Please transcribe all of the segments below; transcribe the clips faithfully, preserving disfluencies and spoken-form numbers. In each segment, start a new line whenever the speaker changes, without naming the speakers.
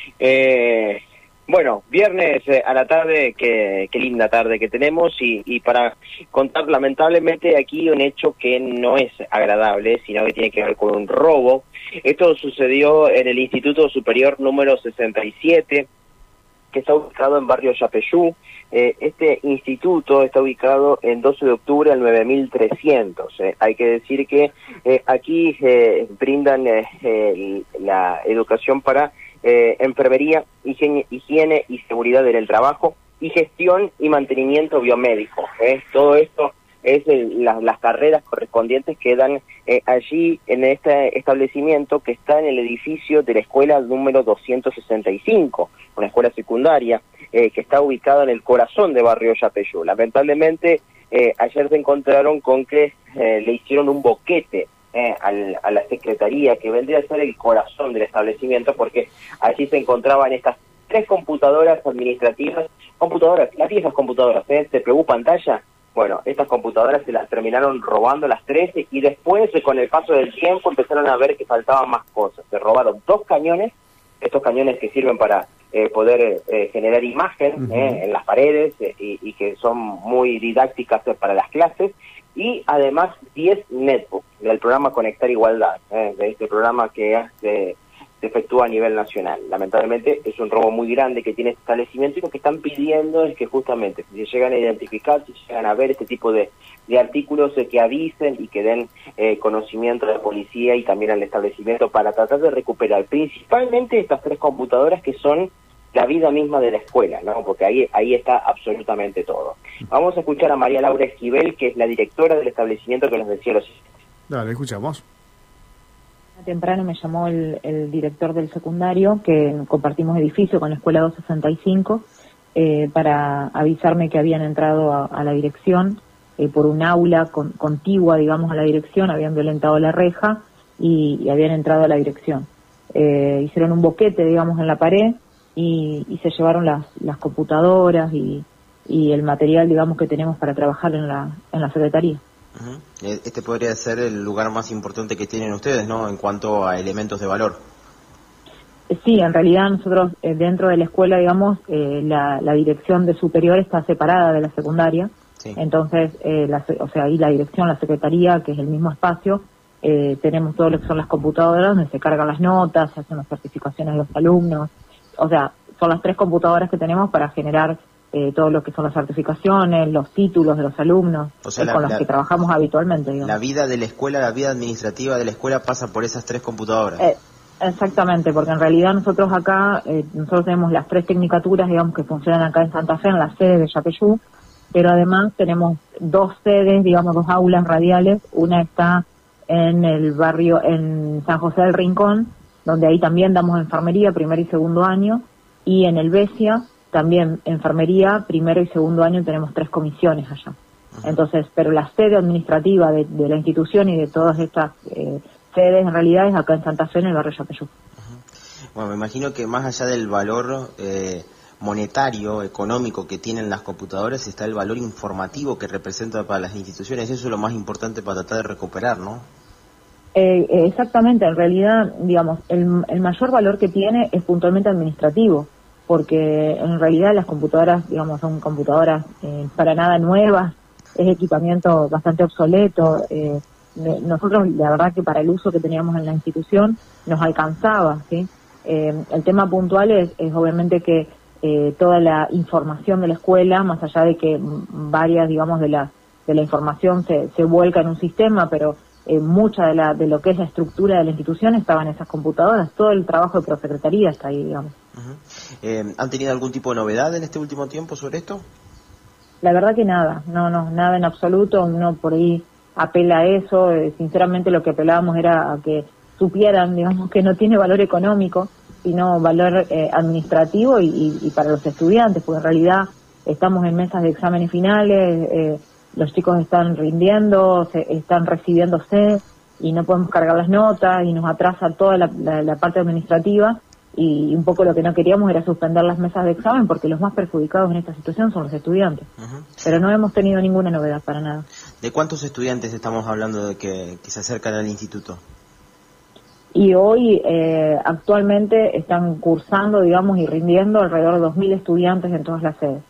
Eh, bueno, viernes eh, a la tarde, qué, qué linda tarde que tenemos y, y para contar lamentablemente aquí un hecho que no es agradable, sino que tiene que ver con un robo. Esto sucedió en el Instituto Superior número sesenta y siete, que está ubicado en barrio Yapeyú. Eh, este instituto está ubicado en doce de octubre al nueve mil trescientos. Eh. Hay que decir que eh, aquí eh, brindan eh, eh, la educación para eh, enfermería, higiene, higiene y seguridad en el trabajo, y gestión y mantenimiento biomédico. Eh. Todo esto es el, la, las carreras correspondientes que dan eh, allí en este establecimiento que está en el edificio de la escuela número doscientos sesenta y cinco, una escuela secundaria eh, que está ubicada en el corazón de barrio Yapeyú. Lamentablemente eh, ayer se encontraron con que eh, le hicieron un boquete eh, al, a la secretaría, que vendría a ser el corazón del establecimiento, porque allí se encontraban estas tres computadoras administrativas, computadoras, las viejas computadoras, ¿eh? C P U, pantalla. Bueno, estas computadoras se las terminaron robando las trece y después, con el paso del tiempo, empezaron a ver que faltaban más cosas. Se robaron dos cañones, estos cañones que sirven para eh, poder eh, generar imagen uh-huh. eh, en las paredes eh, y, y que son muy didácticas eh, para las clases, y además diez netbooks del programa Conectar Igualdad, eh, de este programa que hace... se efectúa a nivel nacional. Lamentablemente es un robo muy grande que tiene este establecimiento, y lo que están pidiendo es que justamente si se llegan a identificar, si llegan a ver este tipo de, de artículos, eh, que avisen y que den eh, conocimiento a la policía y también al establecimiento para tratar de recuperar principalmente estas tres computadoras que son la vida misma de la escuela, ¿no? Porque ahí, ahí está absolutamente todo. Vamos a escuchar a María Laura Esquivel, que es la directora del establecimiento, que nos decía lo siguiente.
Dale, escuchamos.
Temprano me llamó el, el director del secundario, que compartimos edificio con la escuela doscientos sesenta y cinco, eh, para avisarme que habían entrado a, a la dirección eh, por un aula con, contigua, digamos, a la dirección, habían violentado la reja y, y habían entrado a la dirección. Eh, hicieron un boquete, digamos, en la pared y, y se llevaron las, las computadoras y, y el material, digamos, que tenemos para trabajar en la, en la secretaría.
Uh-huh. Este podría ser el lugar más importante que tienen ustedes, ¿no?, en cuanto a elementos de valor.
Sí, en realidad nosotros eh, dentro de la escuela, digamos, eh, la, la dirección de superior está separada de la secundaria. Sí. Entonces, eh, la, o sea, ahí la dirección, la secretaría, que es el mismo espacio, eh, tenemos todo lo que son las computadoras donde se cargan las notas, se hacen las certificaciones de los alumnos. O sea, son las tres computadoras que tenemos para generar Eh, todo lo que son las certificaciones, los títulos de los alumnos, o sea, eh, la, con los la, que trabajamos habitualmente. Digamos.
La vida de la escuela, la vida administrativa de la escuela pasa por esas tres computadoras.
Eh, exactamente, porque en realidad nosotros acá, eh, nosotros tenemos las tres tecnicaturas, digamos, que funcionan acá en Santa Fe, en la sede de Yapeyú, pero además tenemos dos sedes, digamos, dos aulas radiales. Una está en el barrio, en San José del Rincón, donde ahí también damos enfermería, primer y segundo año, y en el Besia, también enfermería, primero y segundo año tenemos tres comisiones allá. Uh-huh. Entonces, pero la sede administrativa de, de la institución y de todas estas eh, sedes en realidad es acá en Santa Fe, en el barrio Yapeyú.
Uh-huh. Bueno, me imagino que más allá del valor eh, monetario, económico que tienen las computadoras, está el valor informativo que representa para las instituciones. Eso es lo más importante para tratar de recuperar, ¿no?
Eh, exactamente, en realidad, digamos, el, el mayor valor que tiene es puntualmente administrativo, porque en realidad las computadoras, digamos, son computadoras eh, para nada nuevas, es equipamiento bastante obsoleto. Eh, nosotros, la verdad que para el uso que teníamos en la institución nos alcanzaba, ¿sí? Eh, el tema puntual es, es obviamente que eh, toda la información de la escuela, más allá de que varias, digamos, de la, de la información se, se vuelca en un sistema, pero eh, mucha de, la, de lo que es la estructura de la institución estaba en esas computadoras, todo el trabajo de prosecretaría está ahí, digamos.
Uh-huh. Eh, ¿Han tenido algún tipo de novedad en este último tiempo sobre esto?
La verdad que nada, no, no, nada en absoluto. Uno por ahí apela a eso. Eh, sinceramente lo que apelábamos era a que supieran, digamos, que no tiene valor económico, sino valor eh, administrativo y, y, y para los estudiantes, porque en realidad estamos en mesas de exámenes finales, eh, los chicos están rindiendo, se, están recibiéndose y no podemos cargar las notas y nos atrasa toda la, la, la parte administrativa. Y un poco lo que no queríamos era suspender las mesas de examen, porque los más perjudicados en esta situación son los estudiantes. Uh-huh. Pero no hemos tenido ninguna novedad para nada.
¿De cuántos estudiantes estamos hablando de que, que se acercan al instituto?
y hoy eh, actualmente están cursando, digamos, y rindiendo alrededor de dos mil estudiantes en todas las sedes.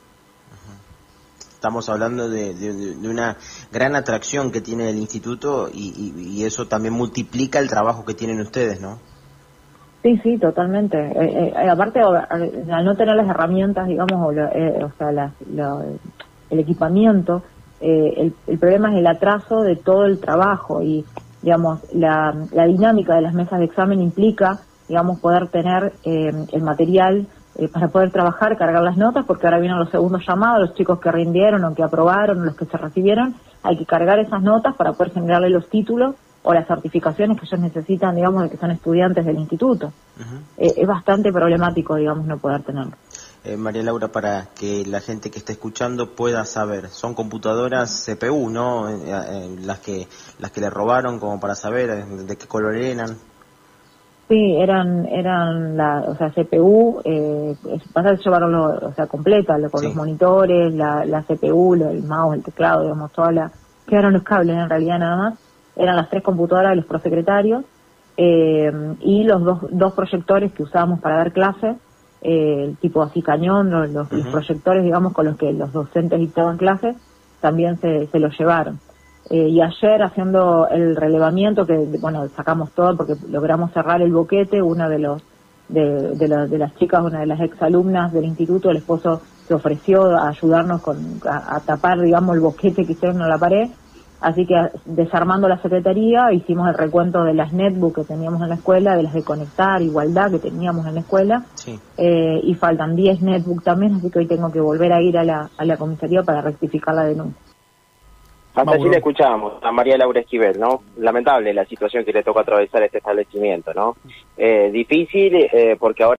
Estamos hablando de, de, de una gran atracción que tiene el instituto y, y, y eso también multiplica el trabajo que tienen ustedes, ¿no?
Sí, sí, totalmente. Eh, eh, aparte, al no tener las herramientas, digamos, o, lo, eh, o sea, la, lo, el equipamiento, eh, el, el problema es el atraso de todo el trabajo y, digamos, la, la dinámica de las mesas de examen implica, digamos, poder tener eh, el material eh, para poder trabajar, cargar las notas, porque ahora vienen los segundos llamados, los chicos que rindieron o que aprobaron, o los que se recibieron, hay que cargar esas notas para poder generarle los títulos o las certificaciones que ellos necesitan, digamos, de que son estudiantes del instituto. Uh-huh. Eh, es bastante problemático, digamos, no poder tenerlo.
Eh, María Laura, para que la gente que está escuchando pueda saber, son computadoras C P U, ¿no? Eh, eh, las que las que le robaron, como para saber eh, de qué color eran.
Sí, eran eran la, o sea, C P U, eh, pasa que llevaron, lo, o sea, completa, lo, con sí. los monitores, la, la C P U, lo, el mouse, el teclado, digamos, toda la, quedaron los cables en realidad nada más. Eran las tres computadoras de los prosecretarios eh, y los dos, dos proyectores que usábamos para dar clases, eh, el tipo así cañón, los, los, uh-huh. los proyectores, digamos, con los que los docentes dictaban clases, también se, se los llevaron. Eh, y ayer, haciendo el relevamiento, que bueno, sacamos todo porque logramos cerrar el boquete, una de los de, de, la, de las chicas, una de las exalumnas del instituto, el esposo se ofreció a ayudarnos con a, a tapar, digamos, el boquete que hicieron en la pared. Así que desarmando la secretaría hicimos el recuento de las netbook que teníamos en la escuela, de las de Conectar, Igualdad que teníamos en la escuela, sí. eh, y faltan diez netbook también, así que hoy tengo que volver a ir a la, a la comisaría para rectificar la denuncia.
Hasta allí le escuchábamos a María Laura Esquivel, ¿no? Lamentable la situación que le toca atravesar este establecimiento, ¿no? Eh, difícil eh, porque ahora